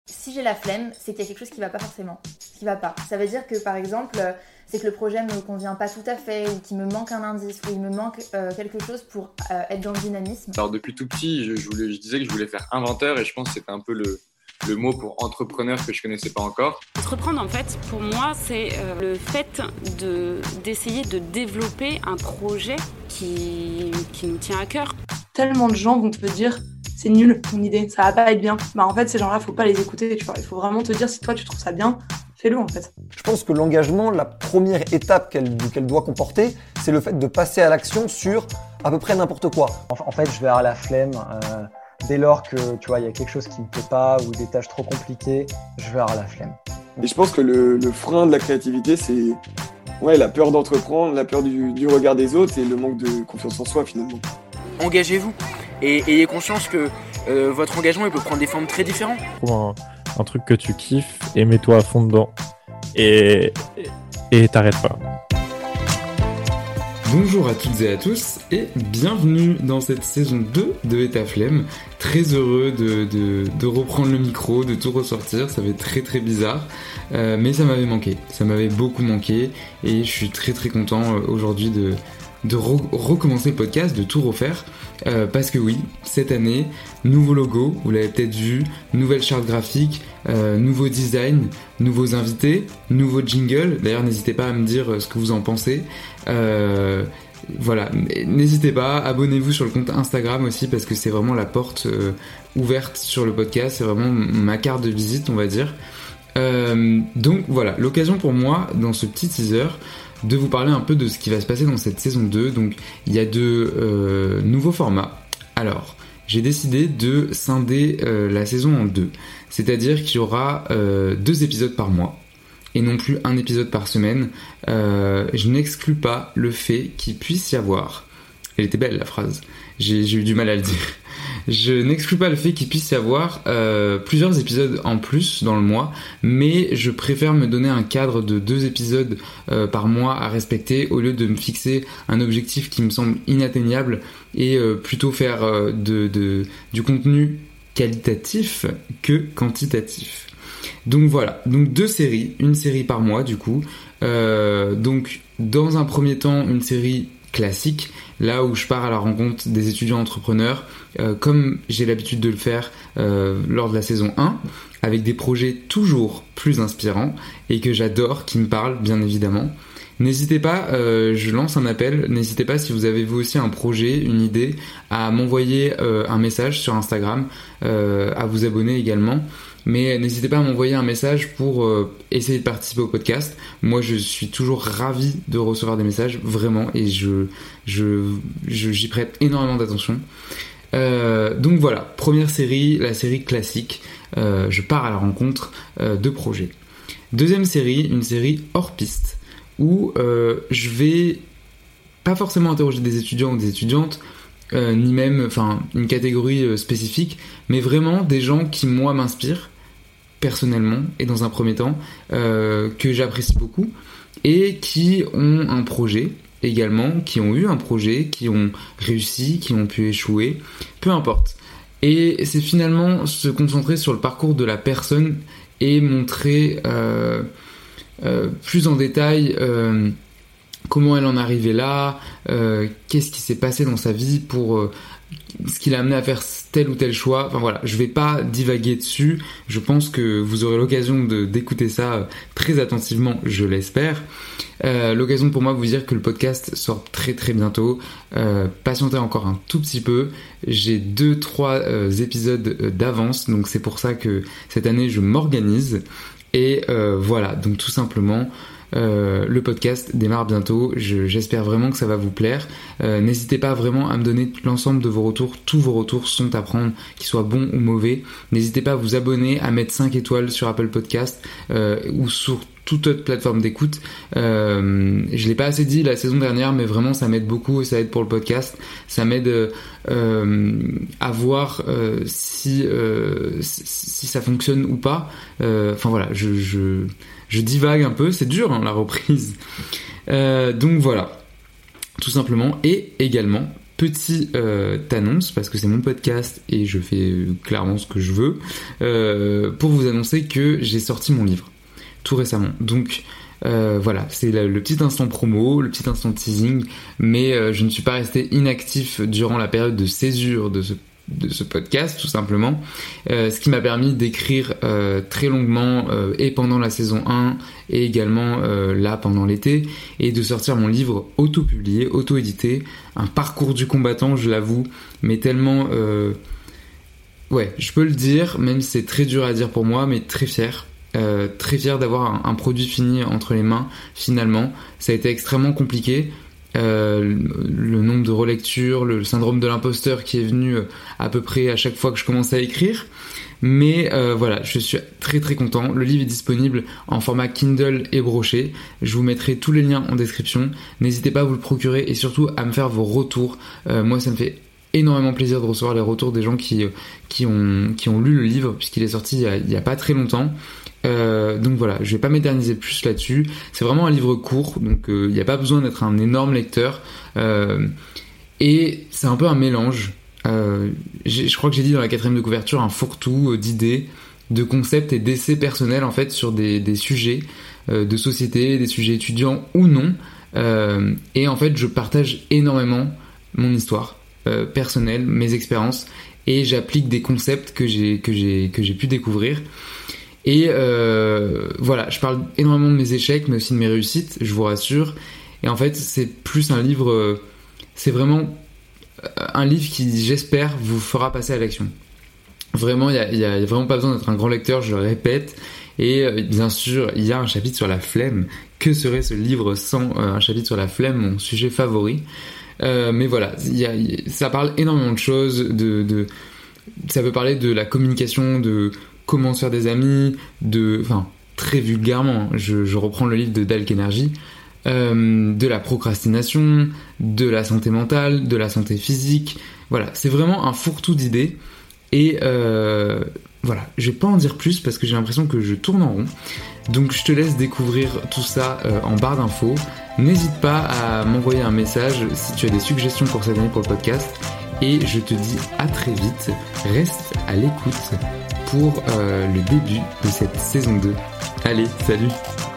Si j'ai la flemme, c'est qu'il y a quelque chose qui va pas forcément, qui va pas. Ça veut dire que par exemple, c'est que le projet me convient pas tout à fait, ou qu'il me manque un indice, ou il me manque quelque chose pour être dans le dynamisme. Alors depuis tout petit, je disais que je voulais faire inventeur et je pense que c'était un peu le mot pour entrepreneur que je connaissais pas encore. Entreprendre, en fait, pour moi, c'est le fait d'essayer de développer un projet qui nous tient à cœur. Tellement de gens vont te dire c'est nul ton idée, ça va pas être bien. Bah en fait ces gens-là, faut pas les écouter, tu vois. Il faut vraiment te dire si toi tu trouves ça bien, fais-le en fait. Je pense que l'engagement, la première étape qu'elle doit comporter, c'est le fait de passer à l'action sur à peu près n'importe quoi. En fait, je vais avoir la flemme. Dès lors que tu vois, il y a quelque chose qui me plaît pas ou des tâches trop compliquées, je vais avoir la flemme. Et je pense que le frein de la créativité, c'est la peur d'entreprendre, la peur du regard des autres et le manque de confiance en soi finalement. Engagez-vous et ayez conscience que votre engagement il peut prendre des formes très différentes. Trouve un truc que tu kiffes et mets-toi à fond dedans et t'arrêtes pas. Bonjour à toutes et à tous et bienvenue dans cette saison 2 de Et ta flemme. Très heureux de reprendre le micro, de tout ressortir, ça fait très très bizarre, mais ça m'avait manqué, ça m'avait beaucoup manqué et je suis très très content aujourd'hui de recommencer le podcast, de tout refaire, parce que oui, cette année, nouveau logo, vous l'avez peut-être vu, nouvelle charte graphique, nouveau design, nouveaux invités, nouveau jingle. D'ailleurs, n'hésitez pas à me dire ce que vous en pensez. Voilà, n'hésitez pas, abonnez-vous sur le compte Instagram aussi parce que c'est vraiment la porte ouverte sur le podcast, c'est vraiment ma carte de visite, on va dire. Donc voilà, l'occasion pour moi, dans ce petit teaser, de vous parler un peu de ce qui va se passer dans cette saison 2. Donc il y a deux nouveaux formats. Alors, j'ai décidé de scinder la saison en deux. C'est-à-dire qu'il y aura 2 épisodes par mois et non plus un épisode par semaine. Je n'exclus pas le fait qu'il puisse y avoir... Elle était belle la phrase, j'ai eu du mal à le dire. Je n'exclus pas le fait qu'il puisse y avoir plusieurs épisodes en plus dans le mois, mais je préfère me donner un cadre de 2 épisodes par mois à respecter au lieu de me fixer un objectif qui me semble inatteignable et plutôt faire du contenu qualitatif que quantitatif. Donc voilà, donc 2 séries, une série par mois du coup. Donc dans un premier temps, une série classique, là où je pars à la rencontre des étudiants entrepreneurs, comme j'ai l'habitude de le faire lors de la saison 1, avec des projets toujours plus inspirants et que j'adore, qui me parlent bien évidemment. N'hésitez pas, je lance un appel, n'hésitez pas si vous avez vous aussi un projet, une idée, à m'envoyer un message sur Instagram, à vous abonner également. Mais n'hésitez pas à m'envoyer un message pour essayer de participer au podcast. Moi, je suis toujours ravi de recevoir des messages, vraiment, et j'y prête énormément d'attention. Donc voilà, première série, la série classique. Je pars à la rencontre de projets. Deuxième série, une série hors piste, où je vais pas forcément interroger des étudiants ou des étudiantes, ni même une catégorie spécifique, mais vraiment des gens qui, moi, m'inspirent personnellement et dans un premier temps, que j'apprécie beaucoup et qui ont un projet également, qui ont eu un projet, qui ont réussi, qui ont pu échouer, peu importe. Et c'est finalement se concentrer sur le parcours de la personne et montrer plus en détail comment elle en est arrivée là, qu'est-ce qui s'est passé dans sa vie pour ce qui l'a amené à faire tel ou tel choix. Enfin voilà, je vais pas divaguer dessus, je pense que vous aurez l'occasion d'écouter ça très attentivement, je l'espère. L'occasion pour moi de vous dire que le podcast sort très très bientôt. Patientez encore un tout petit peu, j'ai 2-3 épisodes d'avance, donc c'est pour ça que cette année je m'organise. Et voilà, donc tout simplement le podcast démarre bientôt, j'espère vraiment que ça va vous plaire. N'hésitez pas vraiment à me donner l'ensemble de vos retours, tous vos retours sont à prendre, qu'ils soient bons ou mauvais. N'hésitez pas à vous abonner, à mettre 5 étoiles sur Apple Podcast ou sur toute autre plateforme d'écoute. Je l'ai pas assez dit la saison dernière, mais vraiment ça m'aide beaucoup et ça aide pour le podcast. Ça m'aide à voir si ça fonctionne ou pas. Enfin voilà, je divague un peu, c'est dur la reprise. Donc voilà, tout simplement. Et également, petite annonce, parce que c'est mon podcast et je fais clairement ce que je veux, pour vous annoncer que j'ai sorti mon livre tout récemment. Donc voilà, c'est le petit instant promo, le petit instant teasing, mais je ne suis pas resté inactif durant la période de césure de ce podcast, tout simplement, ce qui m'a permis d'écrire très longuement et pendant la saison 1 et également là pendant l'été, et de sortir mon livre auto-publié, auto-édité, un parcours du combattant, je l'avoue, mais tellement ouais, je peux le dire, même si c'est très dur à dire pour moi, mais très fier d'avoir un produit fini entre les mains. Finalement, ça a été extrêmement compliqué. Le nombre de relectures, le syndrome de l'imposteur qui est venu à peu près à chaque fois que je commence à écrire, mais voilà, je suis très très content. Le livre est disponible en format Kindle et broché, je vous mettrai tous les liens en description, n'hésitez pas à vous le procurer et surtout à me faire vos retours. Moi ça me fait énormément plaisir de recevoir les retours des gens qui ont lu le livre, puisqu'il est sorti il y a pas très longtemps. Donc voilà, je vais pas m'éterniser plus là-dessus. C'est vraiment un livre court, donc il n'y a pas besoin d'être un énorme lecteur. Et c'est un peu un mélange. Je crois que j'ai dit dans la 4e de couverture un fourre-tout d'idées, de concepts et d'essais personnels en fait sur des sujets de société, des sujets étudiants ou non. Et en fait, je partage énormément mon histoire personnelle, mes expériences, et j'applique des concepts que j'ai pu découvrir. Et voilà, je parle énormément de mes échecs, mais aussi de mes réussites, je vous rassure. Et en fait, c'est plus un livre, c'est vraiment un livre qui, j'espère, vous fera passer à l'action. Vraiment, il y a vraiment pas besoin d'être un grand lecteur, je le répète. Et bien sûr, il y a un chapitre sur la flemme. Que serait ce livre sans un chapitre sur la flemme, mon sujet favori? Mais voilà, ça parle énormément de choses, ça peut parler de la communication, de comment se faire des amis, enfin très vulgairement, je reprends le livre de Dalk Energy, de la procrastination, de la santé mentale, de la santé physique. Voilà, c'est vraiment un fourre-tout d'idées. Et voilà, je vais pas en dire plus parce que j'ai l'impression que je tourne en rond. Donc je te laisse découvrir tout ça en barre d'infos. N'hésite pas à m'envoyer un message si tu as des suggestions pour cette année pour le podcast. Et je te dis à très vite. Reste à l'écoute pour le début de cette saison 2. Allez, salut!